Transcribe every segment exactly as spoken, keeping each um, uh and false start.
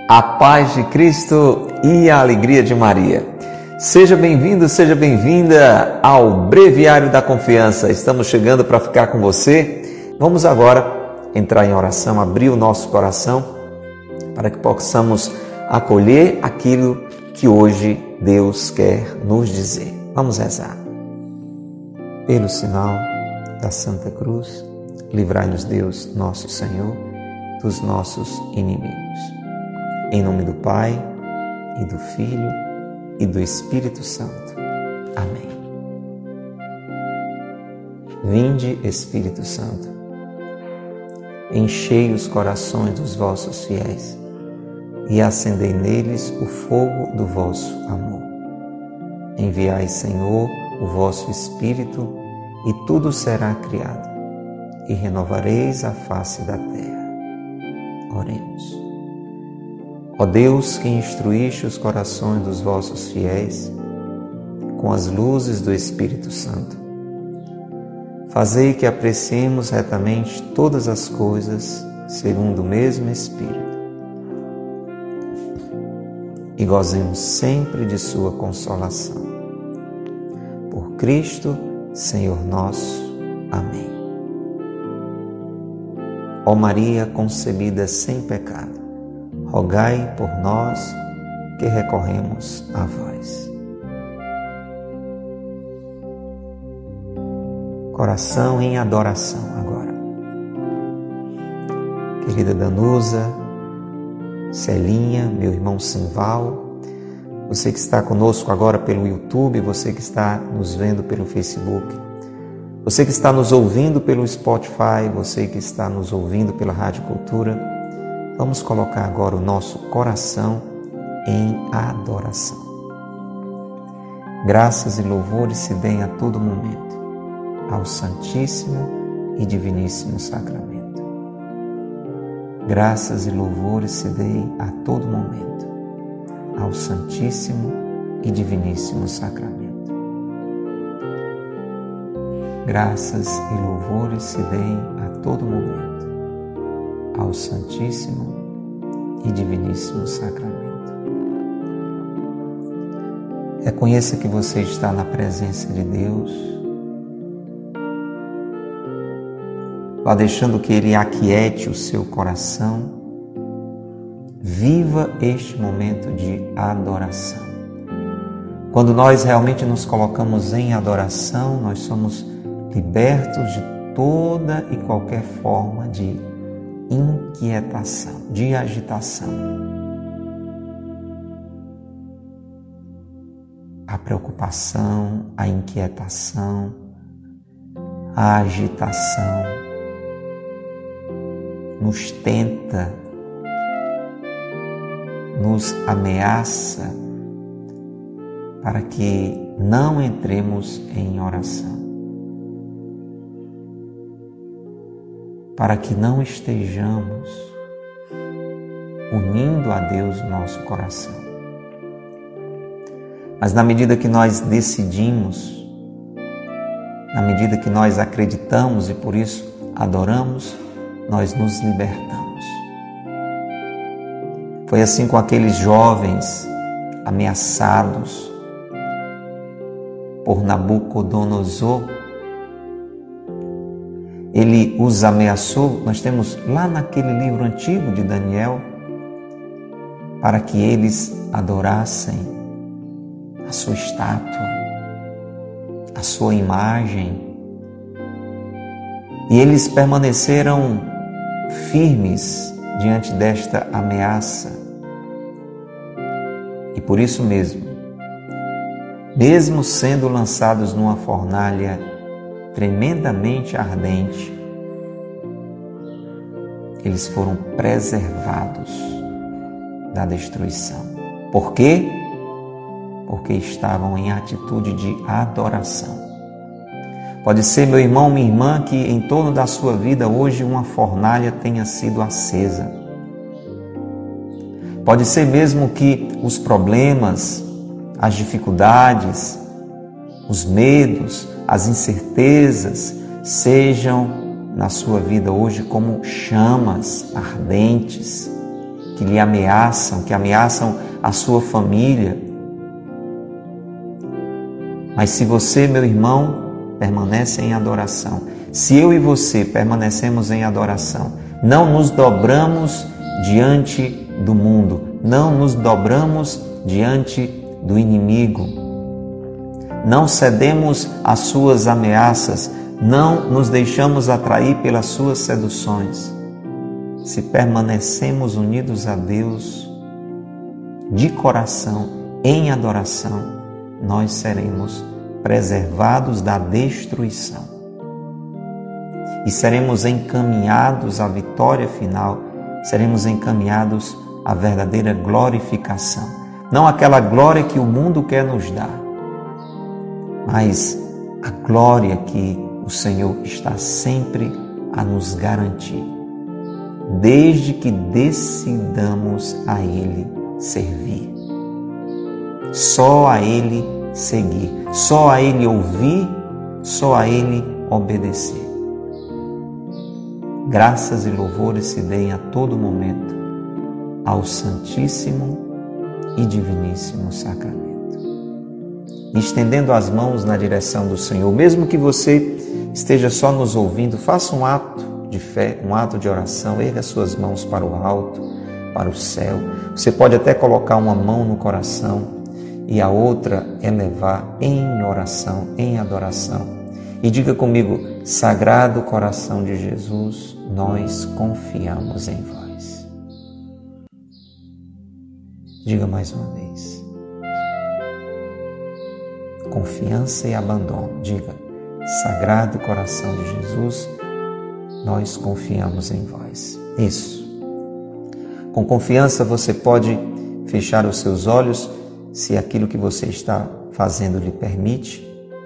A paz de Cristo e a alegria de Maria. Seja bem-vindo, seja bem-vinda ao Breviário da Confiança. Estamos chegando para ficar com você. Vamos agora entrar em oração, abrir o nosso coração para que possamos acolher aquilo que hoje Deus quer nos dizer. Vamos rezar. Pelo sinal da Santa Cruz, livrai-nos Deus, nosso Senhor, dos nossos inimigos. Em nome do Pai, e do Filho, e do Espírito Santo. Amém. Vinde, Espírito Santo, enchei os corações dos vossos fiéis e acendei neles o fogo do vosso amor. Enviai, Senhor, o vosso Espírito, e tudo será criado, e renovareis a face da terra. Oremos. Ó Deus, que instruíste os corações dos vossos fiéis com as luzes do Espírito Santo, fazei que apreciemos retamente todas as coisas segundo o mesmo Espírito e gozemos sempre de sua consolação. Por Cristo, Senhor nosso. Amém. Ó Maria concebida sem pecado, rogai por nós que recorremos a vós. Coração em adoração agora. Querida Danusa, Celinha, meu irmão Simval, você que está conosco agora pelo YouTube, você que está nos vendo pelo Facebook, você que está nos ouvindo pelo Spotify, você que está nos ouvindo pela Rádio Cultura, vamos colocar agora o nosso coração em adoração. Graças e louvores se deem a todo momento ao Santíssimo e Diviníssimo Sacramento. Graças e louvores se deem a todo momento ao Santíssimo e Diviníssimo Sacramento. Graças e louvores se deem a todo momento ao Santíssimo e Diviníssimo Sacramento. Reconheça que você está na presença de Deus. Vá deixando que Ele aquiete o seu coração. Viva este momento de adoração. Quando nós realmente nos colocamos em adoração, nós somos libertos de toda e qualquer forma de inquietação, de agitação. A preocupação, a inquietação, a agitação nos tenta, nos ameaça para que não entremos em oração, para que não estejamos unindo a Deus o nosso coração. Mas na medida que nós decidimos, na medida que nós acreditamos e por isso adoramos, nós nos libertamos. Foi assim com aqueles jovens ameaçados por Nabucodonosor. Ele os ameaçou, nós temos lá naquele livro antigo de Daniel, para que eles adorassem a sua estátua, a sua imagem. E eles permaneceram firmes diante desta ameaça. E por isso mesmo, mesmo sendo lançados numa fornalha tremendamente ardente, eles foram preservados da destruição. Por quê? Porque estavam em atitude de adoração. Pode ser, meu irmão, minha irmã, que em torno da sua vida hoje uma fornalha tenha sido acesa. Pode ser mesmo que os problemas, as dificuldades, os medos, as incertezas sejam na sua vida hoje como chamas ardentes que lhe ameaçam, que ameaçam a sua família. Mas se você, meu irmão, permanece em adoração, se eu e você permanecemos em adoração, não nos dobramos diante do mundo, não nos dobramos diante do inimigo, não cedemos às suas ameaças, não nos deixamos atrair pelas suas seduções. Se permanecemos unidos a Deus, de coração, em adoração, nós seremos preservados da destruição e seremos encaminhados à vitória final, seremos encaminhados à verdadeira glorificação. Não aquela glória que o mundo quer nos dar, mas a glória que o Senhor está sempre a nos garantir, desde que decidamos a Ele servir. Só a Ele seguir, só a Ele ouvir, só a Ele obedecer. Graças e louvores se deem a todo momento ao Santíssimo e Diviníssimo Sacramento. Estendendo as mãos na direção do Senhor, mesmo que você esteja só nos ouvindo, faça um ato de fé, um ato de oração, erga suas mãos para o alto, para o céu. Você pode até colocar uma mão no coração e a outra elevar em oração, em adoração. E diga comigo: Sagrado Coração de Jesus, nós confiamos em vós. Diga mais uma vez. Confiança e abandono. Diga: Sagrado Coração de Jesus, nós confiamos em vós. Isso. Com confiança você pode fechar os seus olhos, se aquilo que você está fazendo lhe permite.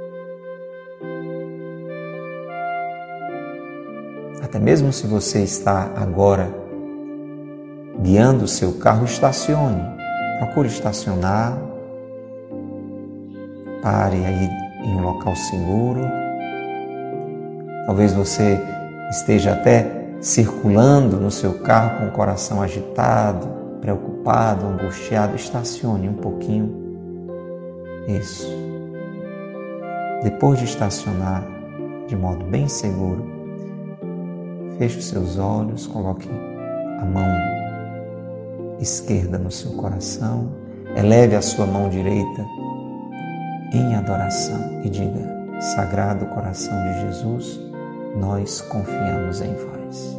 Até mesmo se você está agora guiando o seu carro, estacione. Procure estacionar. Pare aí em um local seguro. Talvez você esteja até circulando no seu carro com o coração agitado, preocupado, angustiado. Estacione um pouquinho. Isso. Depois de estacionar de modo bem seguro, feche os seus olhos, coloque a mão esquerda no seu coração, eleve a sua mão direita em adoração e diga: Sagrado Coração de Jesus, nós confiamos em vós.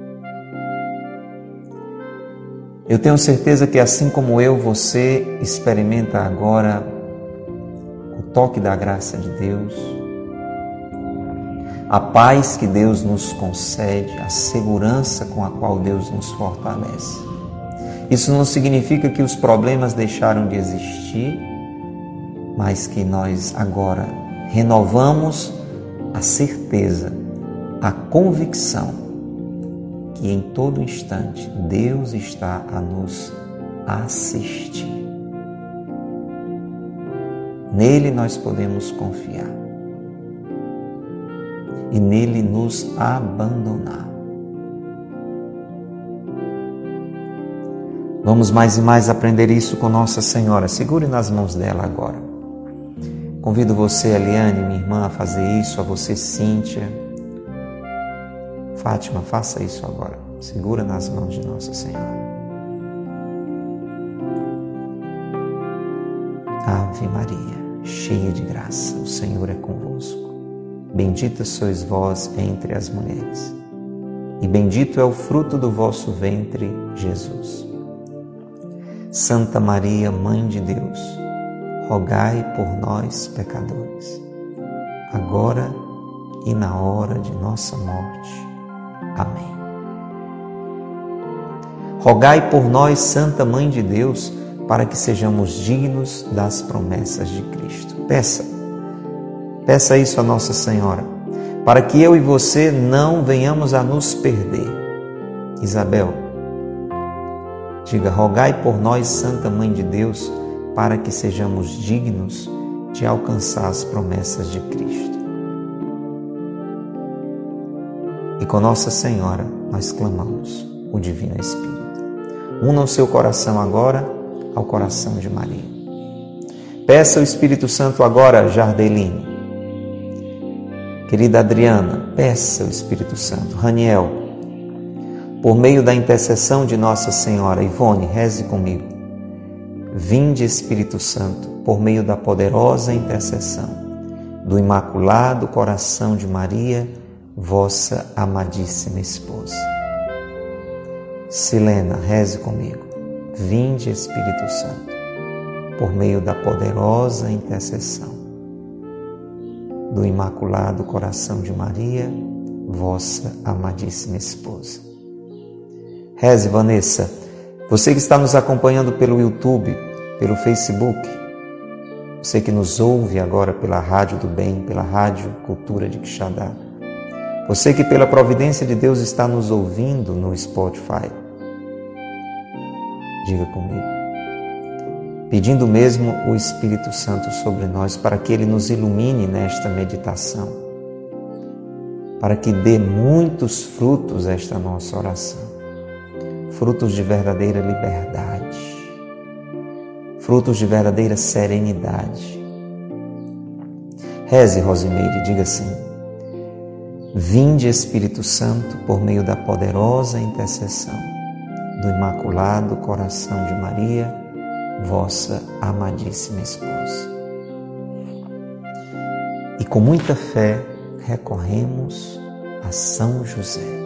Eu tenho certeza que assim como eu, você experimenta agora o toque da graça de Deus, a paz que Deus nos concede, a segurança com a qual Deus nos fortalece. Isso não significa que os problemas deixaram de existir, mas que nós agora renovamos a certeza, a convicção que em todo instante Deus está a nos assistir. Nele nós podemos confiar e nele nos abandonar. Vamos mais e mais aprender isso com Nossa Senhora. Segure nas mãos dela agora. Convido você, Eliane, minha irmã, a fazer isso, a você, Cíntia. Fátima, faça isso agora. Segura nas mãos de Nossa Senhora. Ave Maria, cheia de graça, o Senhor é convosco. Bendita sois vós entre as mulheres, e bendito é o fruto do vosso ventre, Jesus. Santa Maria, Mãe de Deus, rogai por nós, pecadores, agora e na hora de nossa morte. Amém. Rogai por nós, Santa Mãe de Deus, para que sejamos dignos das promessas de Cristo. Peça, peça isso a Nossa Senhora, para que eu e você não venhamos a nos perder. Isabel, diga: rogai por nós, Santa Mãe de Deus, para que sejamos dignos de alcançar as promessas de Cristo. E com Nossa Senhora nós clamamos o Divino Espírito. Una o seu coração agora ao coração de Maria. Peça o Espírito Santo agora, Jardeline. Querida Adriana, peça o Espírito Santo. Raniel, por meio da intercessão de Nossa Senhora. Ivone, reze comigo. Vinde, Espírito Santo, por meio da poderosa intercessão do Imaculado Coração de Maria, vossa amadíssima esposa. Silena, reze comigo. Vinde, Espírito Santo, por meio da poderosa intercessão do Imaculado Coração de Maria, vossa amadíssima esposa. Reze, Vanessa. Você que está nos acompanhando pelo YouTube, pelo Facebook, você que nos ouve agora pela Rádio do Bem, pela Rádio Cultura de Quixadá, você que pela providência de Deus está nos ouvindo no Spotify, diga comigo, pedindo mesmo o Espírito Santo sobre nós para que Ele nos ilumine nesta meditação, para que dê muitos frutos esta nossa oração, frutos de verdadeira liberdade, frutos de verdadeira serenidade. Reze, Rosimeire, diga assim: vinde, Espírito Santo, por meio da poderosa intercessão do Imaculado Coração de Maria, vossa amadíssima esposa. E com muita fé recorremos a São José.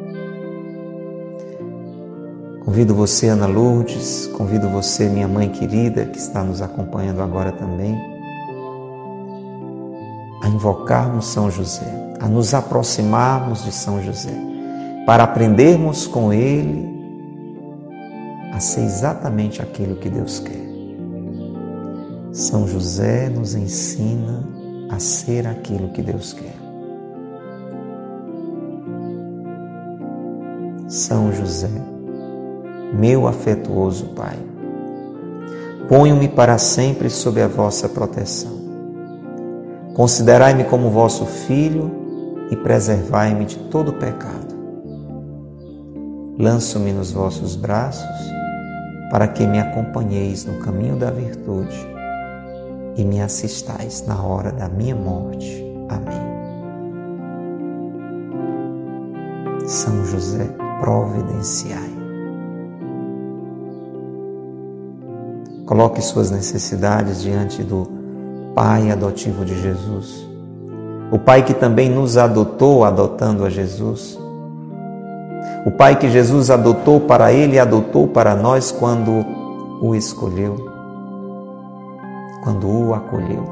Convido você, Ana Lourdes, convido você, minha mãe querida, que está nos acompanhando agora também, a invocarmos São José, a nos aproximarmos de São José, para aprendermos com ele a ser exatamente aquilo que Deus quer. São José nos ensina a ser aquilo que Deus quer. São José, meu afetuoso Pai, ponho-me para sempre sob a vossa proteção. Considerai-me como vosso filho e preservai-me de todo pecado. Lanço-me nos vossos braços para que me acompanheis no caminho da virtude e me assistais na hora da minha morte. Amém. São José, providenciai. Coloque suas necessidades diante do Pai adotivo de Jesus, o Pai que também nos adotou adotando a Jesus, o Pai que Jesus adotou para Ele e adotou para nós quando o escolheu, quando o acolheu.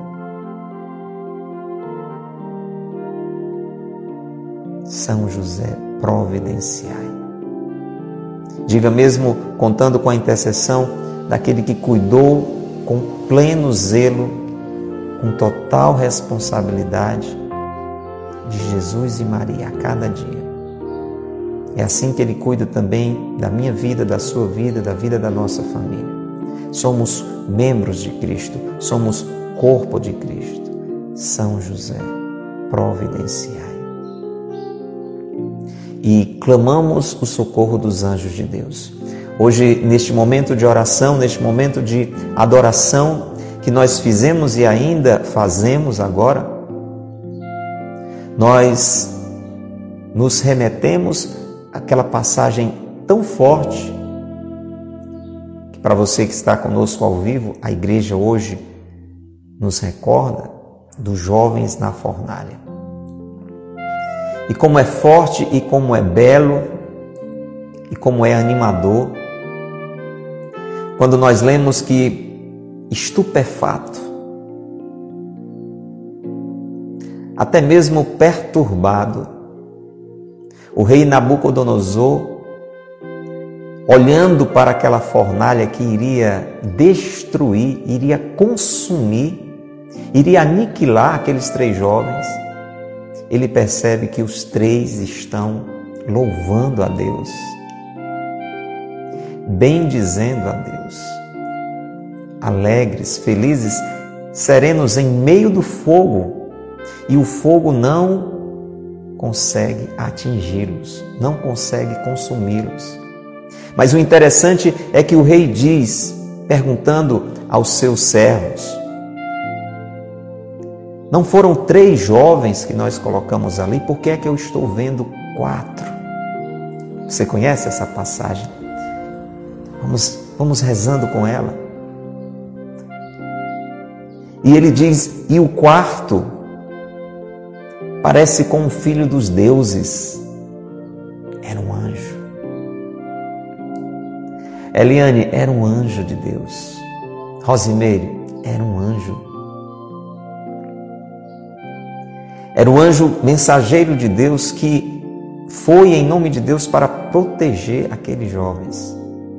São José, providenciai. Diga mesmo, contando com a intercessão daquele que cuidou com pleno zelo, com total responsabilidade de Jesus e Maria a cada dia. É assim que Ele cuida também da minha vida, da sua vida, da vida da nossa família. Somos membros de Cristo, somos corpo de Cristo. São José, providenciai. E clamamos o socorro dos anjos de Deus. Hoje, neste momento de oração, neste momento de adoração que nós fizemos e ainda fazemos agora, nós nos remetemos àquela passagem tão forte que, para você que está conosco ao vivo, a igreja hoje nos recorda dos jovens na fornalha. E como é forte e como é belo e como é animador quando nós lemos que, estupefato, até mesmo perturbado, o rei Nabucodonosor, olhando para aquela fornalha que iria destruir, iria consumir, iria aniquilar aqueles três jovens, ele percebe que os três estão louvando a Deus, bendizendo a Deus, alegres, felizes, serenos em meio do fogo, e o fogo não consegue atingi-los, não consegue consumi-los. Mas o interessante é que o rei diz, perguntando aos seus servos, não foram três jovens que nós colocamos ali, por que é que eu estou vendo quatro? Você conhece essa passagem? Vamos, vamos rezando com ela. E ele diz, e o quarto parece com o filho dos deuses. Era um anjo. Eliane, era um anjo de Deus. Rosimeire, era um anjo. Era o anjo mensageiro de Deus que foi em nome de Deus para proteger aqueles jovens.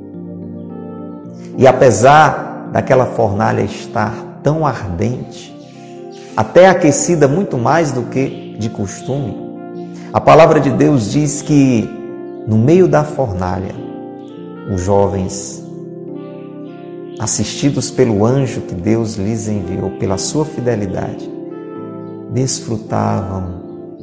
E apesar daquela fornalha estar tão ardente, até aquecida muito mais do que de costume, a palavra de Deus diz que no meio da fornalha, os jovens, assistidos pelo anjo que Deus lhes enviou, pela sua fidelidade, desfrutavam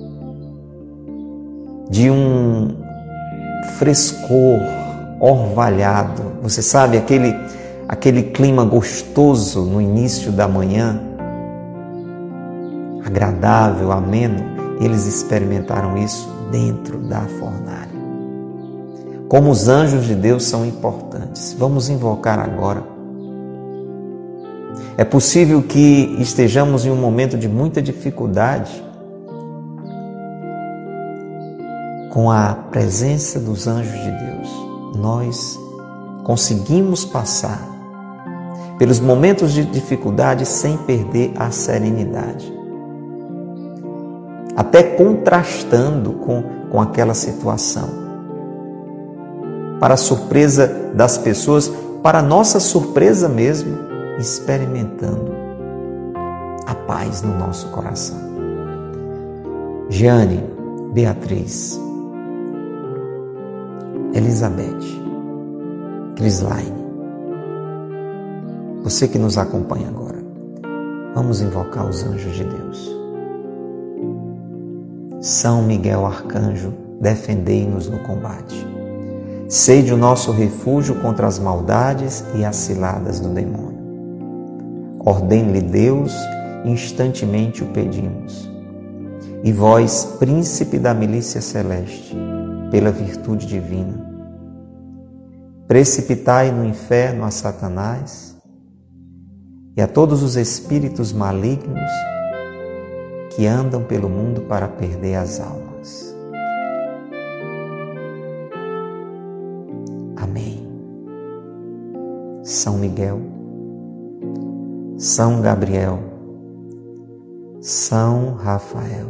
de um frescor orvalhado. Você sabe, aquele, aquele clima gostoso no início da manhã, agradável, ameno. Eles experimentaram isso dentro da fornalha. Como os anjos de Deus são importantes. Vamos invocar agora. É possível que estejamos em um momento de muita dificuldade. Com a presença dos anjos de Deus, nós conseguimos passar pelos momentos de dificuldade sem perder a serenidade. Até contrastando com, com aquela situação. Para a surpresa das pessoas, para a nossa surpresa mesmo, experimentando a paz no nosso coração. Jeane, Beatriz, Elizabeth, Crislaine, você que nos acompanha agora, vamos invocar os anjos de Deus. São Miguel Arcanjo, defendei-nos no combate. Sede o nosso refúgio contra as maldades e as ciladas do demônio. Ordene-lhe Deus, instantemente o pedimos. E vós, príncipe da milícia celeste, pela virtude divina, precipitai no inferno a Satanás e a todos os espíritos malignos que andam pelo mundo para perder as almas. Amém. São Miguel, São Gabriel, São Rafael,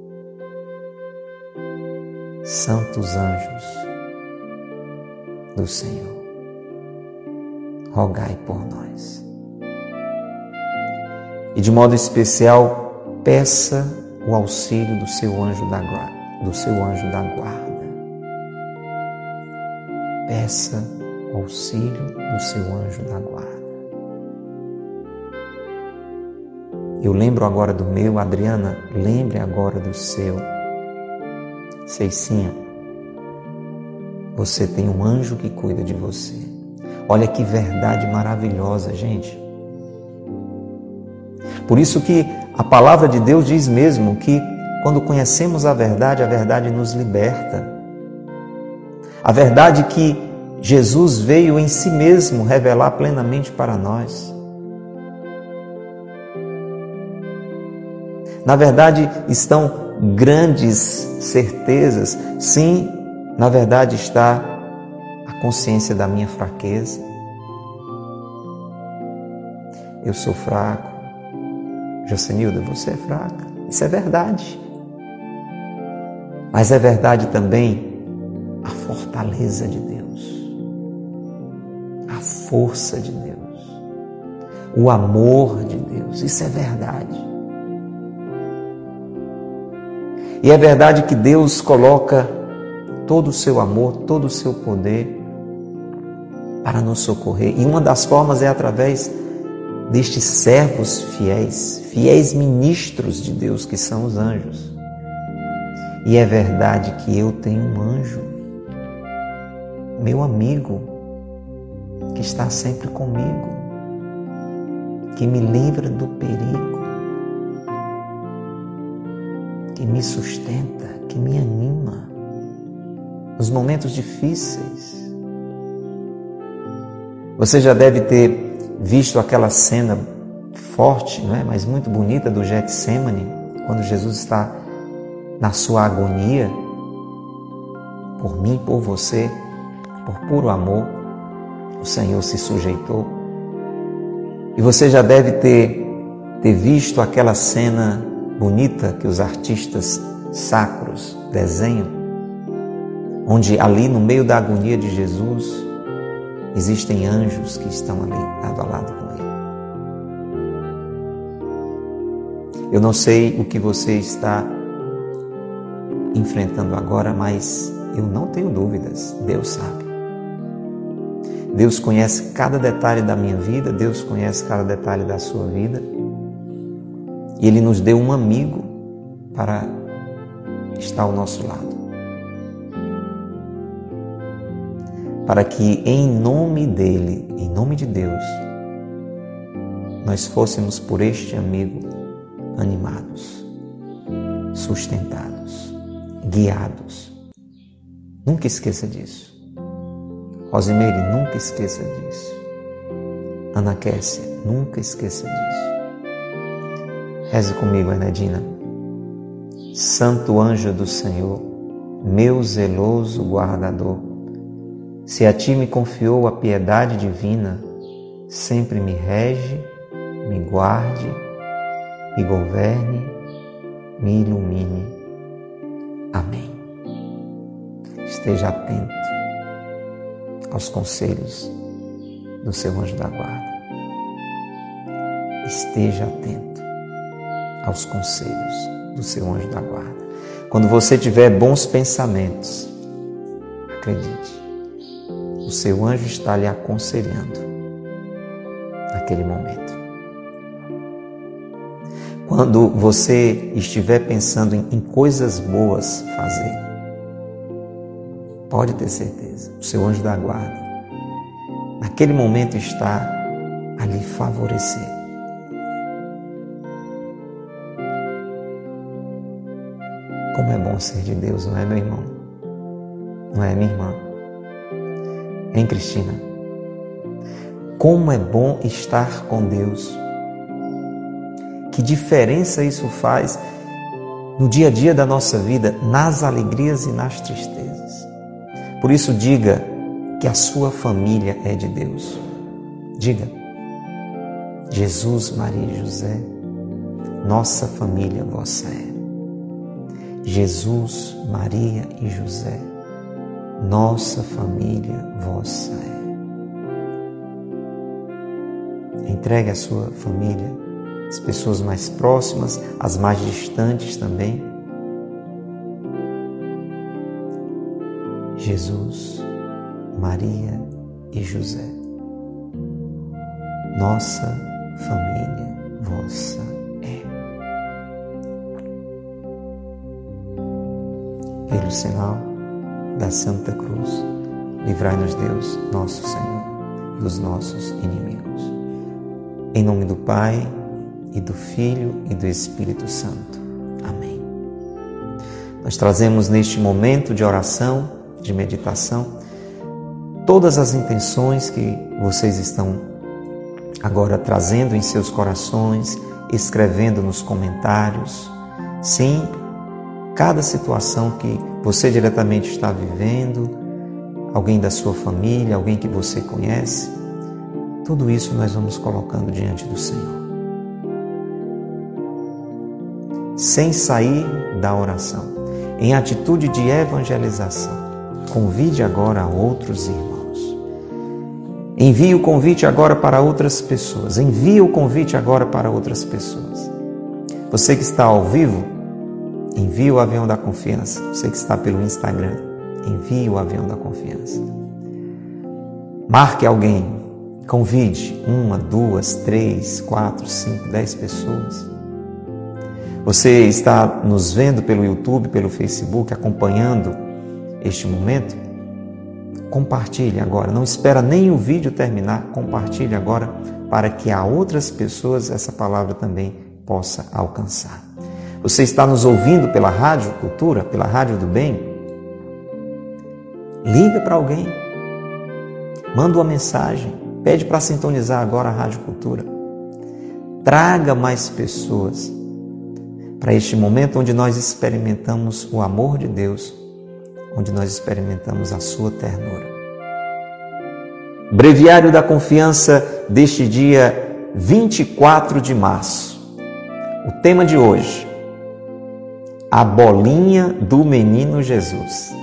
santos anjos do Senhor, rogai por nós. E de modo especial, peça o auxílio do seu anjo da guarda, do seu anjo da guarda. Peça o auxílio do seu anjo da guarda. Eu lembro agora do meu, Adriana, lembre agora do seu. Ceicinha, você tem um anjo que cuida de você. Olha que verdade maravilhosa, gente. Por isso que a palavra de Deus diz mesmo que quando conhecemos a verdade, a verdade nos liberta. A verdade que Jesus veio em si mesmo revelar plenamente para nós. Na verdade, estão grandes certezas. Sim, na verdade está a consciência da minha fraqueza. Eu sou fraco. Jocenilda, você é fraca. Isso é verdade. Mas é verdade também a fortaleza de Deus, a força de Deus, o amor de Deus. Isso é verdade. E é verdade que Deus coloca todo o seu amor, todo o seu poder para nos socorrer. E uma das formas é através destes servos fiéis, fiéis ministros de Deus, que são os anjos. E é verdade que eu tenho um anjo, meu amigo, que está sempre comigo, que me livra do perigo, que me sustenta, que me anima nos momentos difíceis. Você já deve ter visto aquela cena forte, não é? Mas muito bonita do Getsêmani, quando Jesus está na sua agonia, por mim, por você, por puro amor, o Senhor se sujeitou. E você já deve ter, ter visto aquela cena bonita que os artistas sacros desenham, onde ali no meio da agonia de Jesus existem anjos que estão ali lado a lado com ele. Eu não sei o que você está enfrentando agora, mas eu não tenho dúvidas, Deus sabe. Deus conhece cada detalhe da minha vida, Deus conhece cada detalhe da sua vida. E Ele nos deu um amigo para estar ao nosso lado. Para que em nome dEle, em nome de Deus, nós fôssemos por este amigo animados, sustentados, guiados. Nunca esqueça disso. Rosimeire, nunca esqueça disso. Ana Kessia, nunca esqueça disso. Reze comigo, Enedina. Santo anjo do Senhor, meu zeloso guardador, se a ti me confiou a piedade divina, sempre me rege, me guarde, me governe, me ilumine. Amém. Esteja atento aos conselhos do seu anjo da guarda. Esteja atento aos conselhos do seu anjo da guarda. Quando você tiver bons pensamentos, acredite, o seu anjo está lhe aconselhando naquele momento. Quando você estiver pensando em, em coisas boas fazer, pode ter certeza, o seu anjo da guarda, naquele momento está a lhe favorecer. Como é bom ser de Deus, não é, meu irmão? Não é, minha irmã? Hein, Cristina? Como é bom estar com Deus. Que diferença isso faz no dia a dia da nossa vida, nas alegrias e nas tristezas. Por isso, diga que a sua família é de Deus. Diga: Jesus, Maria e José, nossa família vossa é. Jesus, Maria e José, nossa família vossa é. Entregue a sua família, as pessoas mais próximas, as mais distantes também. Jesus, Maria e José, nossa família vossa é. Pelo sinal da Santa Cruz, livrai-nos Deus, nosso Senhor, dos nossos inimigos. Em nome do Pai, e do Filho e do Espírito Santo. Amém. Nós trazemos neste momento de oração, de meditação, todas as intenções que vocês estão agora trazendo em seus corações, escrevendo nos comentários. Sim, cada situação que você diretamente está vivendo, alguém da sua família, alguém que você conhece, tudo isso nós vamos colocando diante do Senhor. Sem sair da oração, em atitude de evangelização, convide agora outros irmãos. Envie o convite agora para outras pessoas. Envie o convite agora para outras pessoas. Você que está ao vivo, envie o avião da confiança. Você que está pelo Instagram, envie o avião da confiança. Marque alguém, convide uma, duas, três, quatro, cinco, dez pessoas. Você está nos vendo pelo YouTube, pelo Facebook, acompanhando este momento? compartilhe agora. Não espera nem o vídeo terminar, compartilhe agora para que a outras pessoas essa palavra também possa alcançar. Você está nos ouvindo pela Rádio Cultura, pela Rádio do Bem? Liga para alguém, manda uma mensagem, pede para sintonizar agora a Rádio Cultura. Traga mais pessoas para este momento onde nós experimentamos o amor de Deus, onde nós experimentamos a sua ternura. Breviário da Confiança deste dia vinte e quatro de março. O tema de hoje: a bolinha do menino Jesus.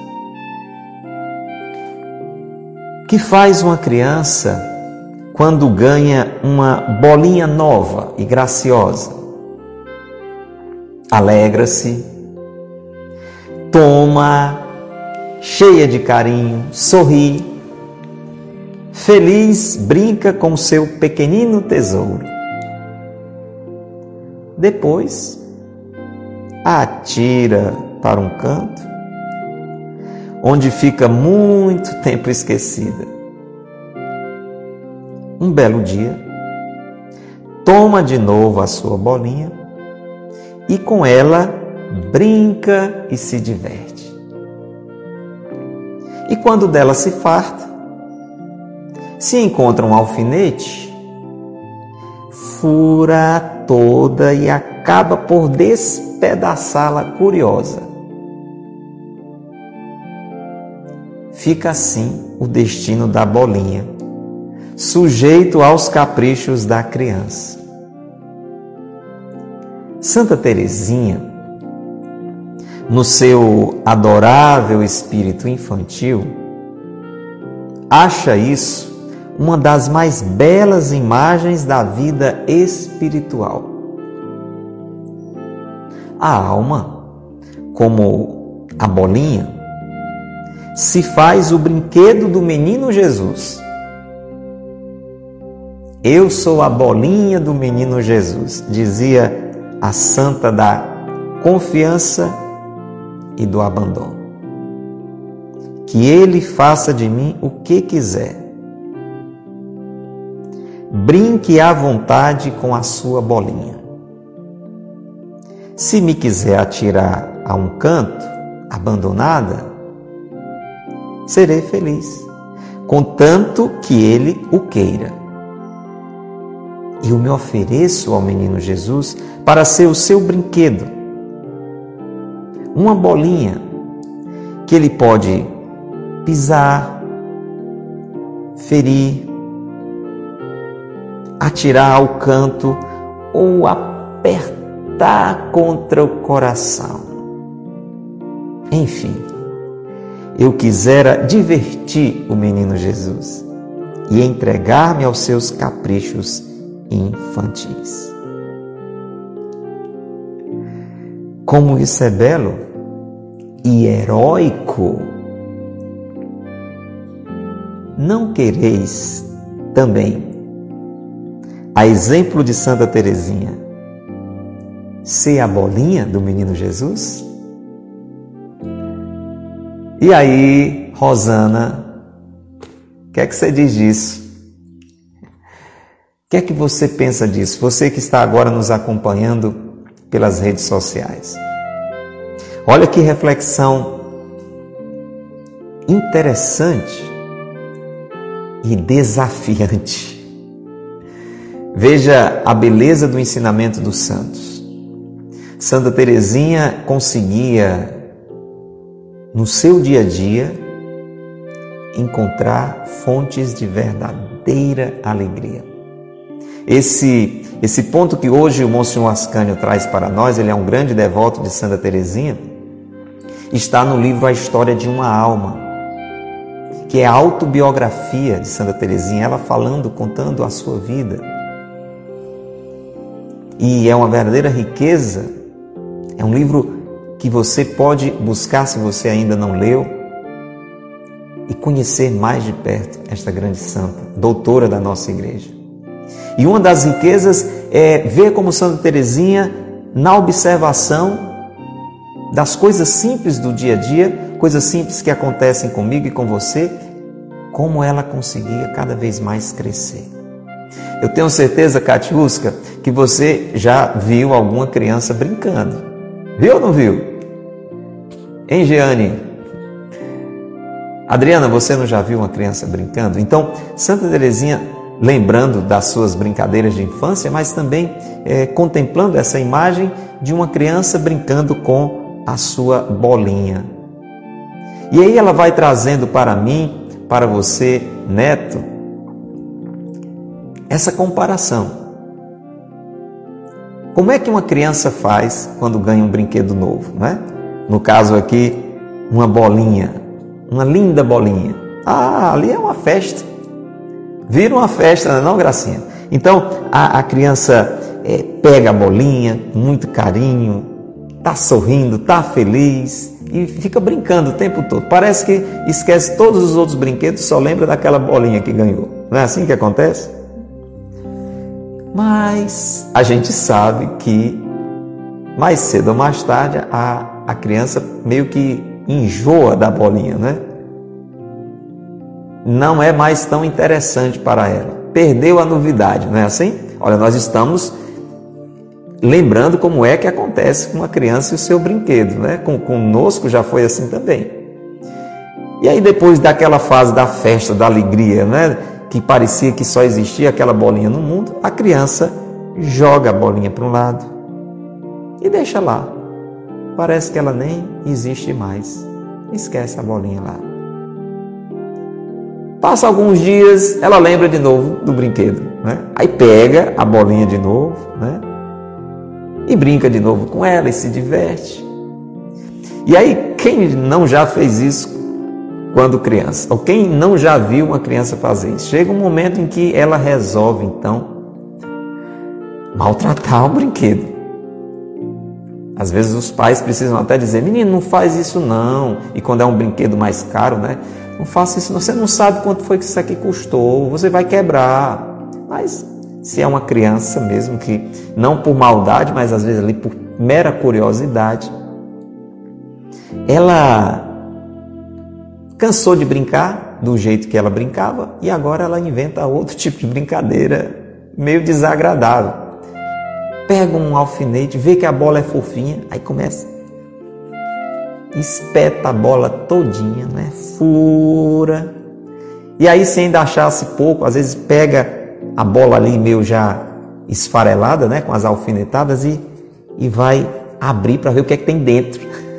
O que faz uma criança quando ganha uma bolinha nova e graciosa? Alegra-se, toma, cheia de carinho, sorri, feliz brinca com seu pequenino tesouro. Depois, atira para um canto, onde fica muito tempo esquecida. Um belo dia, toma de novo a sua bolinha e com ela brinca e se diverte. E quando dela se farta, se encontra um alfinete, fura toda e acaba por despedaçá-la curiosa. Fica assim o destino da bolinha, sujeito aos caprichos da criança. Santa Teresinha, no seu adorável espírito infantil, acha isso uma das mais belas imagens da vida espiritual. A alma, como a bolinha, se faz o brinquedo do menino Jesus. Eu sou a bolinha do menino Jesus, dizia a santa da confiança e do abandono. Que ele faça de mim o que quiser. Brinque à vontade com a sua bolinha. Se me quiser atirar a um canto, abandonada, serei feliz, contanto que ele o queira. Eu me ofereço ao menino Jesus para ser o seu brinquedo. Uma bolinha que ele pode pisar, ferir, atirar ao canto ou apertar contra o coração. Enfim, eu quisera divertir o menino Jesus e entregar-me aos seus caprichos infantis. Como isso é belo e heróico! Não quereis também, a exemplo de Santa Teresinha, ser a bolinha do menino Jesus? E aí, Rosana, o que é que você diz disso? O que é que você pensa disso? Você que está agora nos acompanhando pelas redes sociais. Olha que reflexão interessante e desafiante. Veja a beleza do ensinamento dos santos. Santa Teresinha conseguia, no seu dia a dia, encontrar fontes de verdadeira alegria. Esse, esse ponto que hoje o Monsenhor Ascânio traz para nós, ele é um grande devoto de Santa Teresinha, está no livro A História de uma Alma, que é a autobiografia de Santa Teresinha, ela falando, contando a sua vida. E é uma verdadeira riqueza, é um livro que você pode buscar se você ainda não leu e conhecer mais de perto esta grande santa, doutora da nossa igreja. E uma das riquezas é ver como Santa Teresinha, na observação das coisas simples do dia a dia, coisas simples que acontecem comigo e com você, como ela conseguia cada vez mais crescer. Eu tenho certeza, Katiuska, que você já viu alguma criança brincando. Viu ou não viu? Hein, Jeane? Adriana, você não já viu uma criança brincando? Então, Santa Teresinha, lembrando das suas brincadeiras de infância, mas também é, contemplando essa imagem de uma criança brincando com a sua bolinha. E aí ela vai trazendo para mim, para você, neto, essa comparação. Como é que uma criança faz quando ganha um brinquedo novo, não é? No caso aqui, uma bolinha, uma linda bolinha. Ah, ali é uma festa. Vira uma festa, não é não, Gracinha? Então, a, a criança é, pega a bolinha com muito carinho, está sorrindo, está feliz e fica brincando o tempo todo. Parece que esquece todos os outros brinquedos, só lembra daquela bolinha que ganhou. Não é assim que acontece? Mas a gente sabe que mais cedo ou mais tarde a, a criança meio que enjoa da bolinha, né? Não é mais tão interessante para ela. Perdeu a novidade, não é assim? Olha, nós estamos lembrando como é que acontece com uma criança e o seu brinquedo, né? Com, conosco já foi assim também. E aí depois daquela fase da festa, da alegria, né? Que parecia que só existia aquela bolinha no mundo, a criança joga a bolinha para um lado e deixa lá. Parece que ela nem existe mais. Esquece a bolinha lá. Passa alguns dias, ela lembra de novo do brinquedo, né? Aí pega a bolinha de novo, né? E brinca de novo com ela e se diverte. E aí, quem não já fez isso quando criança? Ou quem não já viu uma criança fazer isso? Chega um momento em que ela resolve, então, maltratar o brinquedo. Às vezes os pais precisam até dizer, menino, não faz isso não. E quando é um brinquedo mais caro, né? Não faça isso não. Você não sabe quanto foi que isso aqui custou. Você vai quebrar. Mas se é uma criança mesmo, que não por maldade, mas às vezes ali por mera curiosidade, ela cansou de brincar do jeito que ela brincava e agora ela inventa outro tipo de brincadeira meio desagradável. Pega um alfinete, vê que a bola é fofinha, aí começa, espeta a bola todinha, né? Fura. E aí, se ainda achasse pouco, às vezes pega a bola ali meio já esfarelada, né? Com as alfinetadas e, e vai abrir para ver o que é que tem dentro.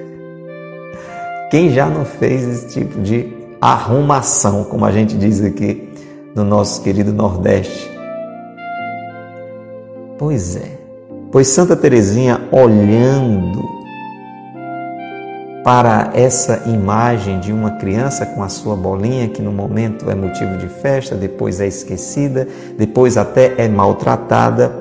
Quem já não fez esse tipo de arrumação, como a gente diz aqui no nosso querido Nordeste? Pois é. Pois Santa Teresinha, olhando para essa imagem de uma criança com a sua bolinha, que no momento é motivo de festa, depois é esquecida, depois até é maltratada,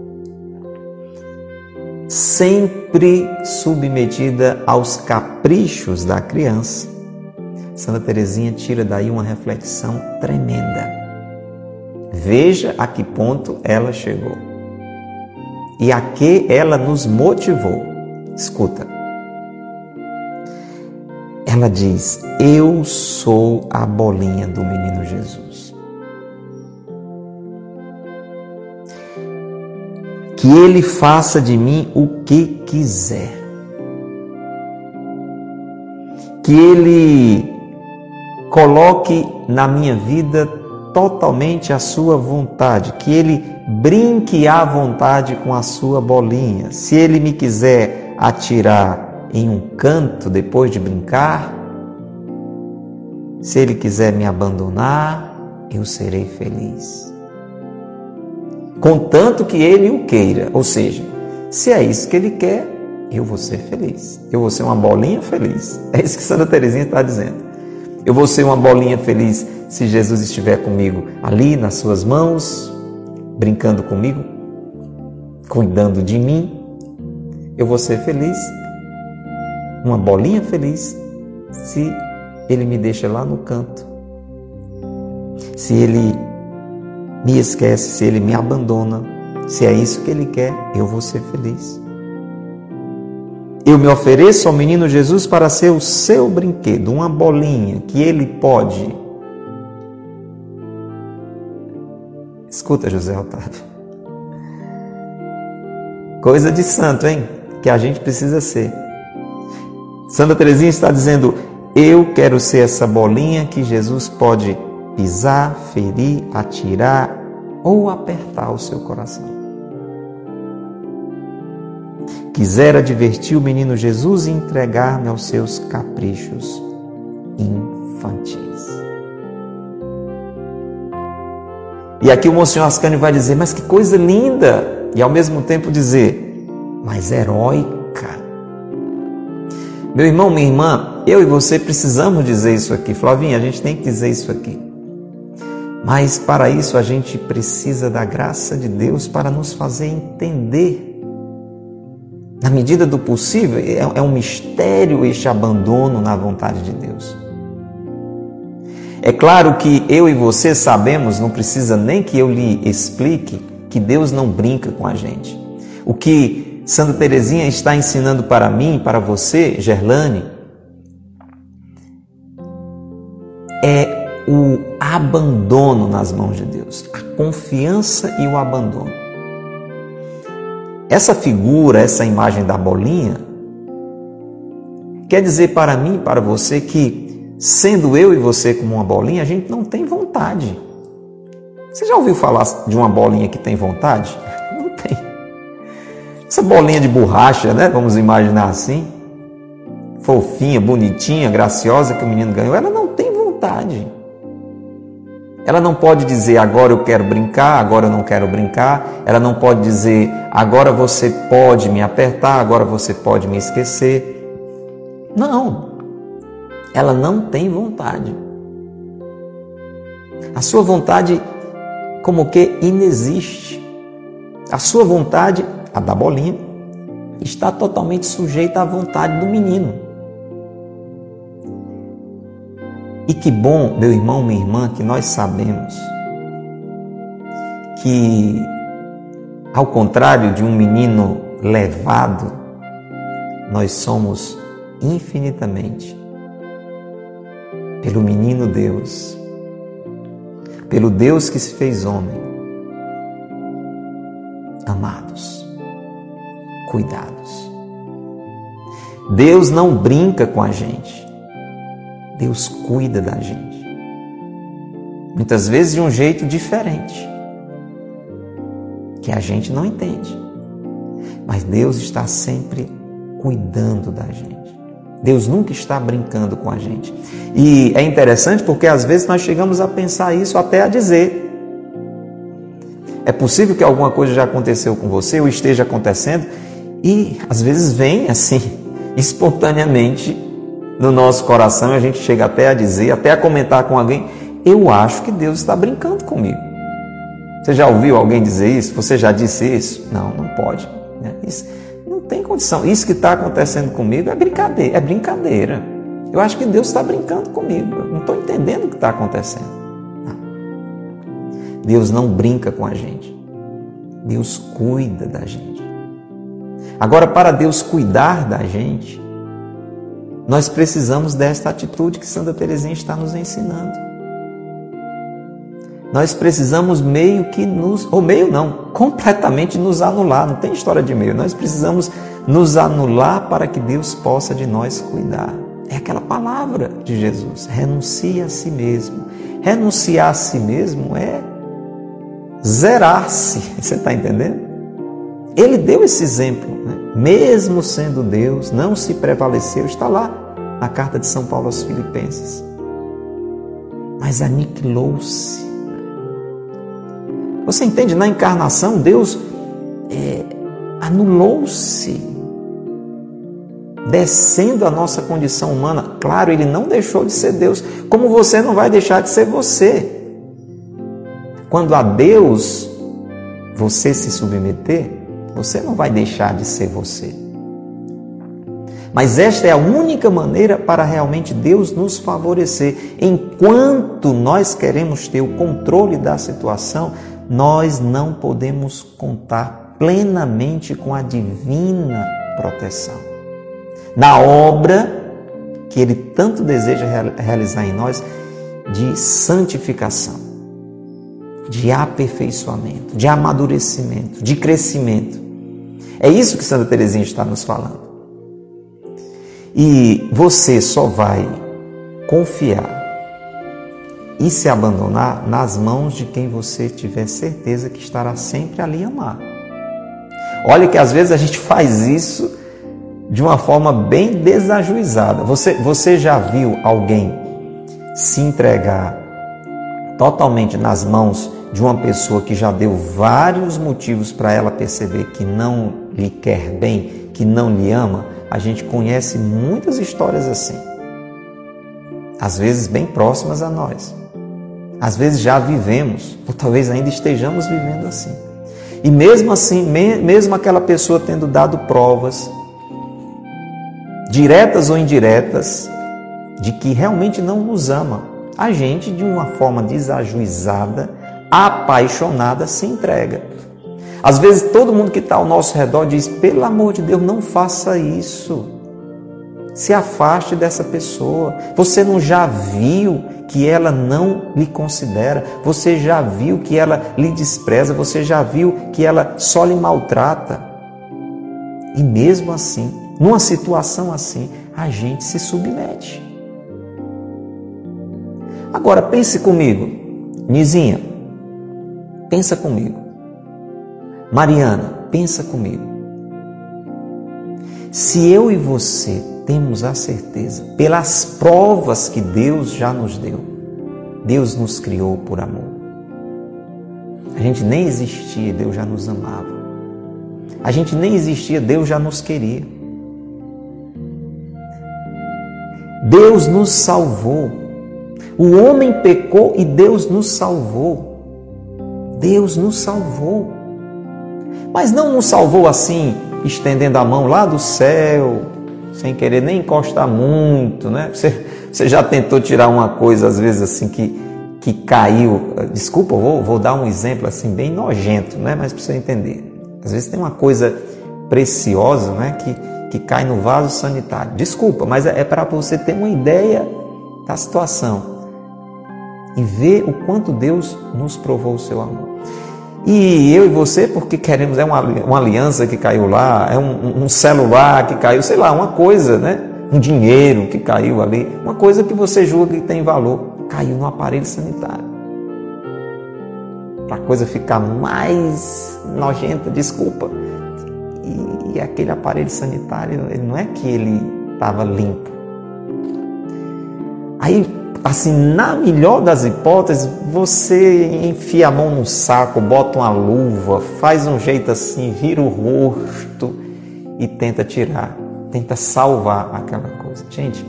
sempre submetida aos caprichos da criança, Santa Teresinha tira daí uma reflexão tremenda. Veja a que ponto ela chegou e a que ela nos motivou. Escuta, ela diz, eu sou a bolinha do menino Jesus. Que ele faça de mim o que quiser. Que ele coloque na minha vida totalmente a sua vontade. Que ele brinque à vontade com a sua bolinha. Se ele me quiser atirar em um canto depois de brincar, se ele quiser me abandonar, eu serei feliz. Contanto que ele o queira, ou seja, se é isso que ele quer, eu vou ser feliz. Eu vou ser uma bolinha feliz. É isso que Santa Teresinha está dizendo. Eu vou ser uma bolinha feliz se Jesus estiver comigo ali nas suas mãos, brincando comigo, cuidando de mim. Eu vou ser feliz, uma bolinha feliz, se ele me deixa lá no canto. Se ele me esquece, se ele me abandona, se é isso que ele quer, eu vou ser feliz. Eu me ofereço ao menino Jesus para ser o seu brinquedo, uma bolinha que ele pode Escuta, José Otávio. Coisa de santo, hein? Que a gente precisa ser. Santa Teresinha está dizendo: eu quero ser essa bolinha que Jesus pode pisar, ferir, atirar ou apertar o seu coração. Quisera divertir o menino Jesus e entregar-me aos seus caprichos infantis. E aqui o Monsenhor Ascânio vai dizer: mas que coisa linda! E ao mesmo tempo dizer: mas heróica. Meu irmão, minha irmã, eu e você precisamos dizer isso aqui. Flavinha, a gente tem que dizer isso aqui. Mas para isso a gente precisa da graça de Deus para nos fazer entender. Na medida do possível, é um mistério este abandono na vontade de Deus. É claro que eu e você sabemos, não precisa nem que eu lhe explique, que Deus não brinca com a gente. O que Santa Teresinha está ensinando para mim, para você, Gerlane, é o abandono nas mãos de Deus, a confiança e o abandono. Essa figura, essa imagem da bolinha, quer dizer para mim e para você que, sendo eu e você como uma bolinha, a gente não tem vontade. Você já ouviu falar de uma bolinha que tem vontade? Não tem. Essa bolinha de borracha, né? Vamos imaginar assim, fofinha, bonitinha, graciosa que o menino ganhou, ela não tem vontade. Ela não pode dizer: agora eu quero brincar, agora eu não quero brincar. Ela não pode dizer: agora você pode me apertar, agora você pode me esquecer. Não. Ela não tem vontade. A sua vontade como que inexiste. A sua vontade, a da bolinha, está totalmente sujeita à vontade do menino. E que bom, meu irmão, minha irmã, que nós sabemos que, ao contrário de um menino levado, nós somos infinitamente, pelo menino Deus, pelo Deus que se fez homem, amados, cuidados. Deus não brinca com a gente. Deus cuida da gente. Muitas vezes de um jeito diferente, que a gente não entende. Mas Deus está sempre cuidando da gente. Deus nunca está brincando com a gente. E é interessante porque às vezes nós chegamos a pensar isso, até a dizer. É possível que alguma coisa já aconteceu com você ou esteja acontecendo e às vezes vem assim, espontaneamente, no nosso coração, a gente chega até a dizer, até a comentar com alguém: eu acho que Deus está brincando comigo. Você já ouviu alguém dizer isso? Você já disse isso? Não, não pode. Né? Isso não tem condição. Isso que está acontecendo comigo é brincadeira. É brincadeira. Eu acho que Deus está brincando comigo. Eu não estou entendendo o que está acontecendo. Não. Deus não brinca com a gente. Deus cuida da gente. Agora, para Deus cuidar da gente, nós precisamos desta atitude que Santa Teresinha está nos ensinando. Nós precisamos meio que nos, ou meio não, completamente nos anular. Não tem história de meio. Nós precisamos nos anular para que Deus possa de nós cuidar. É aquela palavra de Jesus: renuncia a si mesmo. Renunciar a si mesmo é zerar-se. Você está entendendo? Ele deu esse exemplo, né? Mesmo sendo Deus, não se prevaleceu, está lá na carta de São Paulo aos Filipenses. Mas aniquilou-se. Você entende? Na encarnação, Deus é, anulou-se, descendo a nossa condição humana. Claro, Ele não deixou de ser Deus, como você não vai deixar de ser você. Quando a Deus você se submeter, você não vai deixar de ser você. Mas esta é a única maneira para realmente Deus nos favorecer. Enquanto nós queremos ter o controle da situação, nós não podemos contar plenamente com a divina proteção. Na obra que Ele tanto deseja realizar em nós de santificação. de aperfeiçoamento, de amadurecimento, de crescimento. É isso que Santa Teresinha está nos falando. E você só vai confiar e se abandonar nas mãos de quem você tiver certeza que estará sempre ali a amar. Olha que às vezes a gente faz isso de uma forma bem desajuizada. Você, você já viu alguém se entregar totalmente nas mãos de uma pessoa que já deu vários motivos para ela perceber que não lhe quer bem, que não lhe ama? A gente conhece muitas histórias assim. Às vezes bem próximas a nós. Às vezes já vivemos, ou talvez ainda estejamos vivendo assim. E mesmo assim, mesmo aquela pessoa tendo dado provas, diretas ou indiretas, de que realmente não nos ama, a gente, de uma forma desajuizada, apaixonada, se entrega. Às vezes todo mundo que está ao nosso redor diz: pelo amor de Deus, não faça isso. Se afaste dessa pessoa. Você não já viu que ela não lhe considera? Você já viu que ela lhe despreza? Você já viu que ela só lhe maltrata? E mesmo assim, numa situação assim, a gente se submete. Agora pense comigo, Nizinha, pensa comigo. Mariana, pensa comigo. Se eu e você temos a certeza, pelas provas que Deus já nos deu, Deus nos criou por amor. A gente nem existia, Deus já nos amava. A gente nem existia, Deus já nos queria. Deus nos salvou. O homem pecou e Deus nos salvou. Deus nos salvou. Mas não nos salvou assim, estendendo a mão lá do céu, sem querer nem encostar muito, né? Você, você já tentou tirar uma coisa, às vezes, assim, que, que caiu. Desculpa, eu vou, vou dar um exemplo assim, bem nojento, né? Mas para você entender. Às vezes tem uma coisa preciosa, né? Que, que cai no vaso sanitário. Desculpa, mas é, é para você ter uma ideia da situação e ver o quanto Deus nos provou o seu amor. E eu e você, porque queremos, é uma, uma aliança que caiu lá, é um, um celular que caiu, sei lá, uma coisa, né? Um dinheiro que caiu ali, uma coisa que você julga que tem valor, caiu no aparelho sanitário. Para a coisa ficar mais nojenta, desculpa. E, e aquele aparelho sanitário, ele não é que ele estava limpo. Aí, assim, na melhor das hipóteses, você enfia a mão no saco, bota uma luva, faz um jeito assim, vira o rosto e tenta tirar, tenta salvar aquela coisa. Gente,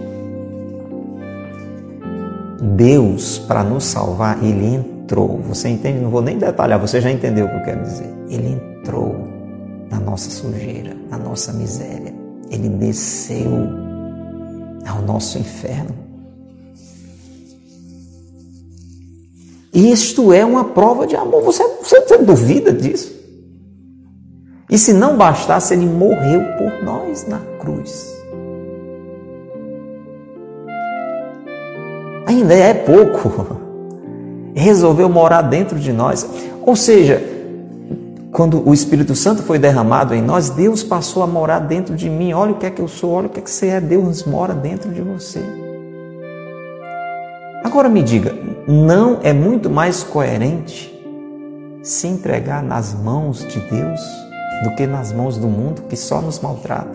Deus, para nos salvar, Ele entrou. Você entende? Não vou nem detalhar, você já entendeu o que eu quero dizer. Ele entrou na nossa sujeira, na nossa miséria. Ele desceu ao nosso inferno. Isto é uma prova de amor. Você, você, você duvida disso? E se não bastasse, Ele morreu por nós na cruz. Ainda é pouco. Resolveu morar dentro de nós. Ou seja, quando o Espírito Santo foi derramado em nós, Deus passou a morar dentro de mim. Olha o que é que eu sou, olha o que é que você é. Deus mora dentro de você. Agora me diga, não é muito mais coerente se entregar nas mãos de Deus do que nas mãos do mundo que só nos maltrata?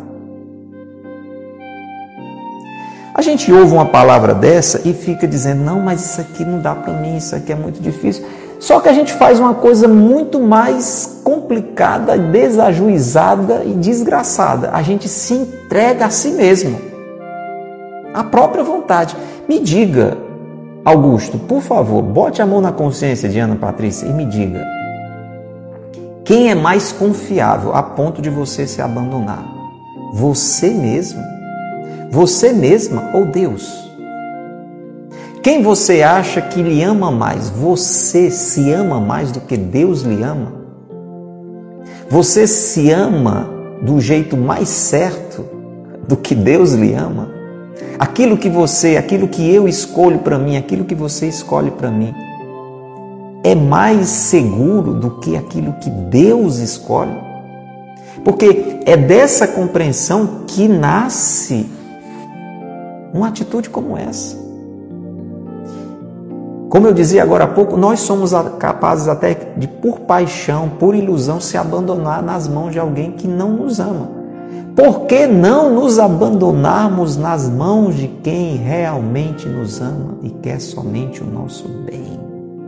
A gente ouve uma palavra dessa e fica dizendo: não, mas isso aqui não dá para mim, isso aqui é muito difícil. Só que a gente faz uma coisa muito mais complicada, desajuizada e desgraçada. A gente se entrega a si mesmo, à própria vontade. Me diga, Augusto, por favor, bote a mão na consciência de Ana Patrícia e me diga: quem é mais confiável a ponto de você se abandonar? Você mesmo? Você mesma ou Deus? Quem você acha que lhe ama mais? Você se ama mais do que Deus lhe ama? Você se ama do jeito mais certo do que Deus lhe ama? Aquilo que você, aquilo que eu escolho para mim, aquilo que você escolhe para mim, é mais seguro do que aquilo que Deus escolhe? Porque é dessa compreensão que nasce uma atitude como essa. Como eu dizia agora há pouco, nós somos capazes até de, por paixão, por ilusão, se abandonar nas mãos de alguém que não nos ama. Por que não nos abandonarmos nas mãos de quem realmente nos ama e quer somente o nosso bem?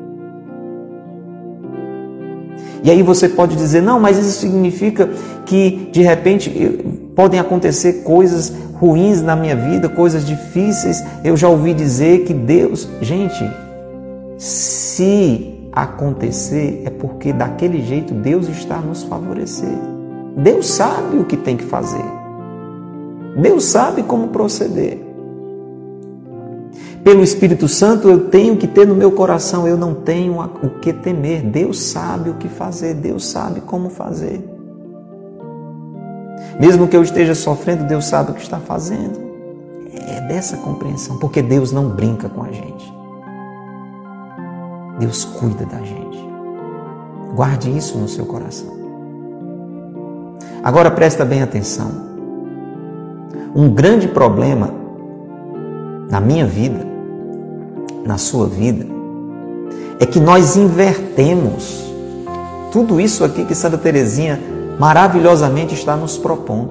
E aí você pode dizer, não, mas isso significa que de repente podem acontecer coisas ruins na minha vida, coisas difíceis. Eu já ouvi dizer que Deus... Gente, se acontecer é porque daquele jeito Deus está a nos favorecer. Deus sabe o que tem que fazer. Deus sabe como proceder. Pelo Espírito Santo eu tenho que ter no meu coração, eu não tenho o que temer. Deus sabe o que fazer, Deus sabe como fazer. Mesmo que eu esteja sofrendo, Deus sabe o que está fazendo. É dessa compreensão, porque Deus não brinca com a gente. Deus cuida da gente. Guarde isso no seu coração. Agora presta bem atenção. Um grande problema na minha vida, na sua vida, é que nós invertemos tudo isso aqui que Santa Teresinha maravilhosamente está nos propondo.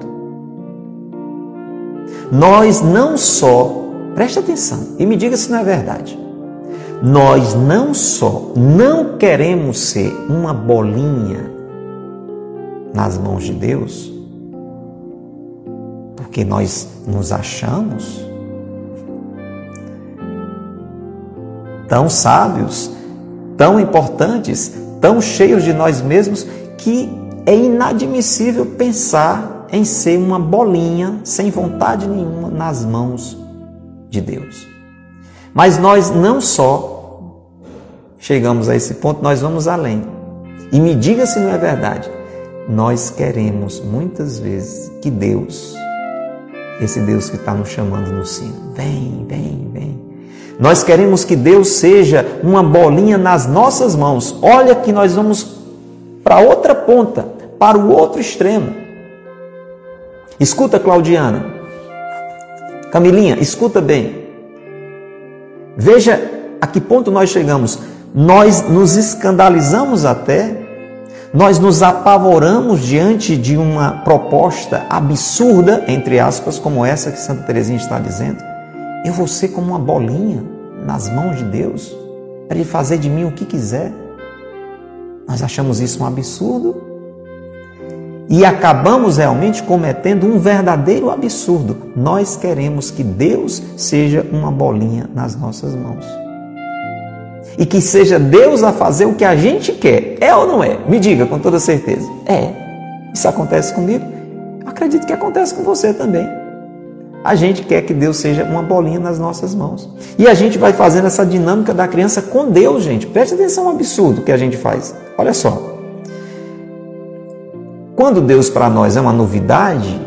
Nós não só, preste atenção e me diga se não é verdade, nós não só não queremos ser uma bolinha nas mãos de Deus, porque nós nos achamos tão sábios, tão importantes, tão cheios de nós mesmos, que é inadmissível pensar em ser uma bolinha sem vontade nenhuma nas mãos de Deus. Mas nós não só chegamos a esse ponto, nós vamos além. E me diga se não é verdade. Nós queremos muitas vezes que Deus, esse Deus que está nos chamando no sino, vem, vem, vem. Nós queremos que Deus seja uma bolinha nas nossas mãos. Olha que nós vamos para outra ponta, para o outro extremo. Escuta, Claudiana. Camilinha, escuta bem. Veja a que ponto nós chegamos. Nós nos escandalizamos até, nós nos apavoramos diante de uma proposta absurda, entre aspas, como essa que Santa Teresinha está dizendo. Eu vou ser como uma bolinha nas mãos de Deus, para Ele fazer de mim o que quiser. Nós achamos isso um absurdo e acabamos realmente cometendo um verdadeiro absurdo. Nós queremos que Deus seja uma bolinha nas nossas mãos. E que seja Deus a fazer o que a gente quer. É ou não é? Me diga com toda certeza. É. Isso acontece comigo? Eu acredito que acontece com você também. A gente quer que Deus seja uma bolinha nas nossas mãos. E a gente vai fazendo essa dinâmica da criança com Deus, gente. Preste atenção no absurdo que a gente faz. Olha só. Quando Deus para nós é uma novidade,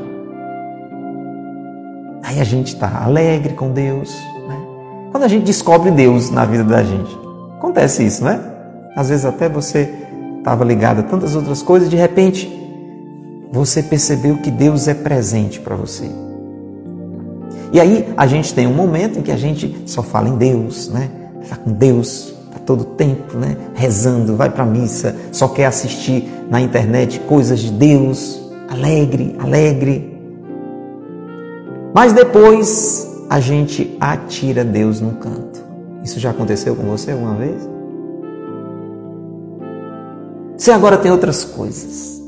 aí a gente está alegre com Deus. Né? Quando a gente descobre Deus na vida da gente, acontece isso, né? Às vezes até você estava ligado a tantas outras coisas e de repente você percebeu que Deus é presente para você. E aí a gente tem um momento em que a gente só fala em Deus, né? Está com Deus a todo tempo, né? Rezando, vai para a missa, só quer assistir na internet coisas de Deus, alegre, alegre. Mas depois a gente atira Deus num canto. Isso já aconteceu com você alguma vez? Você agora tem outras coisas.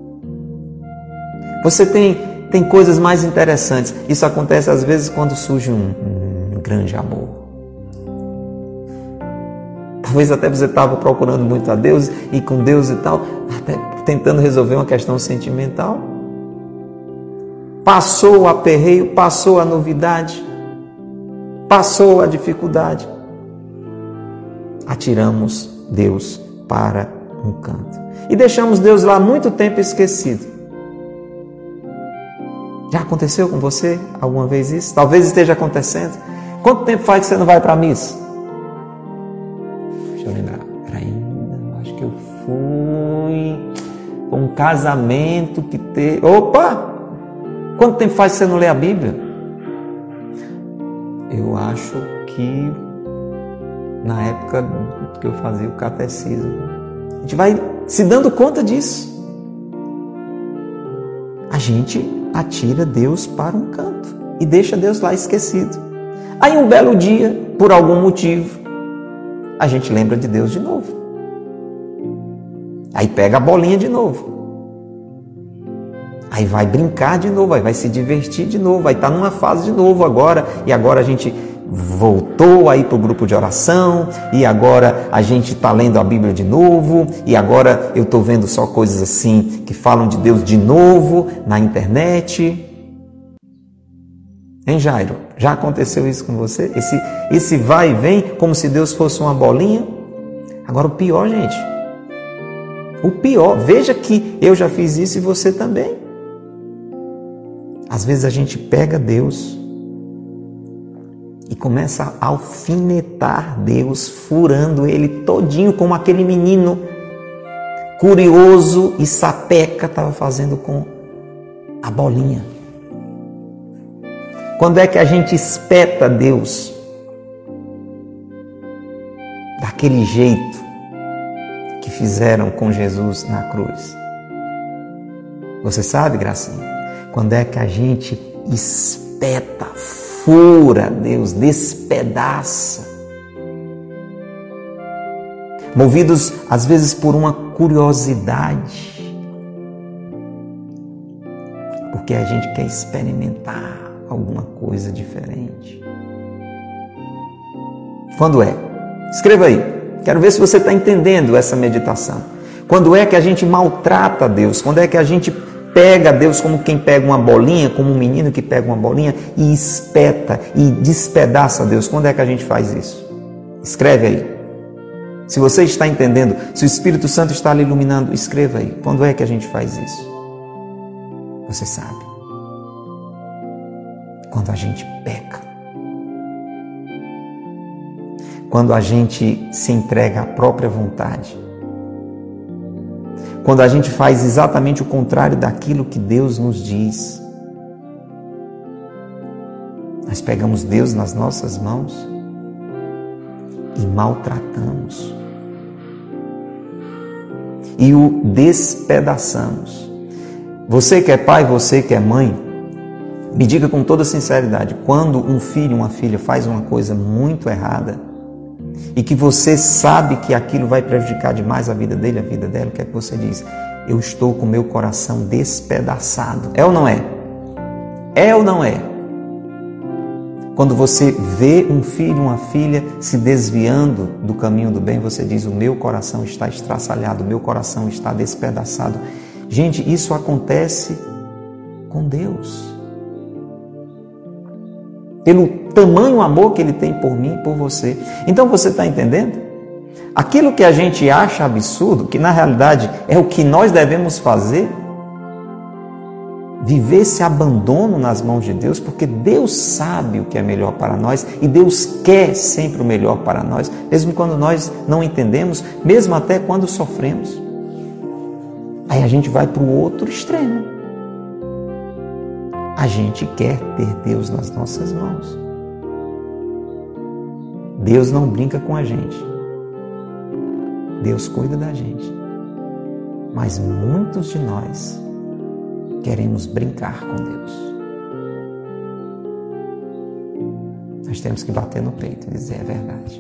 Você tem Tem coisas mais interessantes. Isso acontece às vezes quando surge um, um grande amor. Talvez até você estava procurando muito a Deus e com Deus e tal, até tentando resolver uma questão sentimental. Passou o aperreio, passou a novidade, passou a dificuldade. Atiramos Deus para um canto. E deixamos Deus lá muito tempo esquecido. Já aconteceu com você alguma vez isso? Talvez esteja acontecendo. Quanto tempo faz que você não vai para a missa? Deixa eu lembrar. Peraí. um casamento que teve... Opa! Quanto tempo faz que você não lê a Bíblia? Eu acho que na época que eu fazia o catecismo. A gente vai se dando conta disso. A gente atira Deus para um canto e deixa Deus lá esquecido. Aí um belo dia, por algum motivo, a gente lembra de Deus de novo. Aí pega a bolinha de novo. Aí vai brincar de novo, aí vai se divertir de novo, vai estar numa fase de novo agora. E agora a gente voltou aí para o grupo de oração, e agora a gente está lendo a Bíblia de novo, e agora eu estou vendo só coisas assim que falam de Deus de novo na internet. Hein, Jairo? Já aconteceu isso com você? Esse, esse vai e vem como se Deus fosse uma bolinha? Agora o pior, gente, o pior, veja que eu já fiz isso e você também. Às vezes a gente pega Deus e começa a alfinetar Deus, furando Ele todinho, como aquele menino curioso e sapeca estava fazendo com a bolinha. Quando é que a gente espeta Deus daquele jeito que fizeram com Jesus na cruz? Você sabe, Gracinha? Quando é que a gente espeta, fura Deus, despedaça? Movidos às vezes por uma curiosidade, porque a gente quer experimentar alguma coisa diferente. Quando é? Escreva aí. Quero ver se você está entendendo essa meditação. Quando é que a gente maltrata Deus? Quando é que a gente pega Deus como quem pega uma bolinha, como um menino que pega uma bolinha e espeta e despedaça Deus? Quando é que a gente faz isso? Escreve aí. Se você está entendendo, se o Espírito Santo está lhe iluminando, escreva aí. Quando é que a gente faz isso? Você sabe. Quando a gente peca. Quando a gente se entrega à própria vontade. Quando a gente faz exatamente o contrário daquilo que Deus nos diz. Nós pegamos Deus nas nossas mãos e maltratamos. E o despedaçamos. Você que é pai, você que é mãe, me diga com toda sinceridade, quando um filho, uma filha faz uma coisa muito errada e que você sabe que aquilo vai prejudicar demais a vida dele, a vida dela, o que é que você diz? Eu estou com meu coração despedaçado. É ou não é? É ou não é? Quando você vê um filho, uma filha se desviando do caminho do bem, você diz, o meu coração está estraçalhado, o meu coração está despedaçado. Gente, isso acontece com Deus. Pelo tamanho amor que Ele tem por mim e por você. Então você está entendendo? Aquilo que a gente acha absurdo, que na realidade é o que nós devemos fazer, viver esse abandono nas mãos de Deus, porque Deus sabe o que é melhor para nós e Deus quer sempre o melhor para nós, mesmo quando nós não entendemos, mesmo até quando sofremos. Aí a gente vai para o outro extremo. A gente quer ter Deus nas nossas mãos. Deus não brinca com a gente. Deus cuida da gente. Mas muitos de nós queremos brincar com Deus. Nós temos que bater no peito e dizer, é verdade.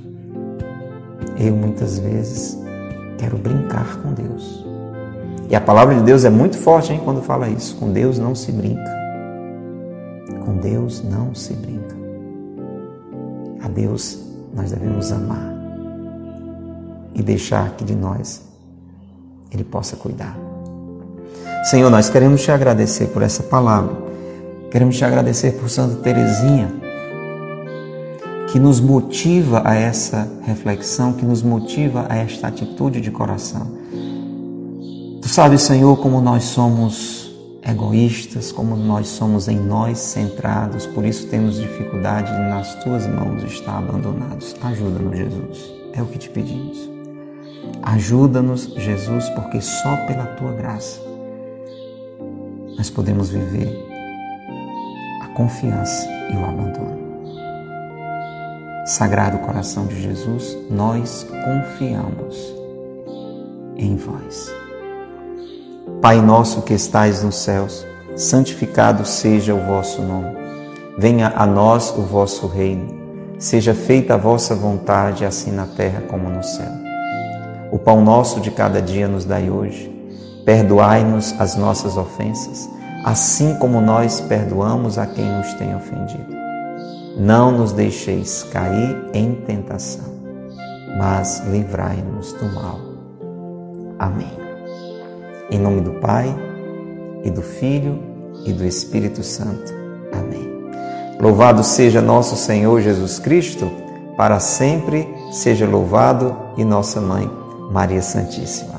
Eu muitas vezes quero brincar com Deus. E a palavra de Deus é muito forte, hein, quando fala isso. Com Deus não se brinca. Com Deus não se brinca. A Deus nós devemos amar e deixar que de nós Ele possa cuidar. Senhor, nós queremos Te agradecer por essa palavra. Queremos Te agradecer por Santa Teresinha, que nos motiva a essa reflexão, que nos motiva a esta atitude de coração. Tu sabes, Senhor, como nós somos egoístas, como nós somos em nós centrados, por isso temos dificuldade de nas Tuas mãos estar abandonados. Ajuda-nos, Jesus. É o que Te pedimos. Ajuda-nos, Jesus, porque só pela Tua graça nós podemos viver a confiança e o abandono. Sagrado coração de Jesus, nós confiamos em vós. Pai nosso que estais nos céus, santificado seja o vosso nome. Venha a nós o vosso reino. Seja feita a vossa vontade, assim na terra como no céu. O pão nosso de cada dia nos dai hoje. Perdoai-nos as nossas ofensas, assim como nós perdoamos a quem nos tem ofendido. Não nos deixeis cair em tentação, mas livrai-nos do mal. Amém. Em nome do Pai, e do Filho, e do Espírito Santo. Amém. Louvado seja nosso Senhor Jesus Cristo, para sempre seja louvado, e nossa Mãe, Maria Santíssima.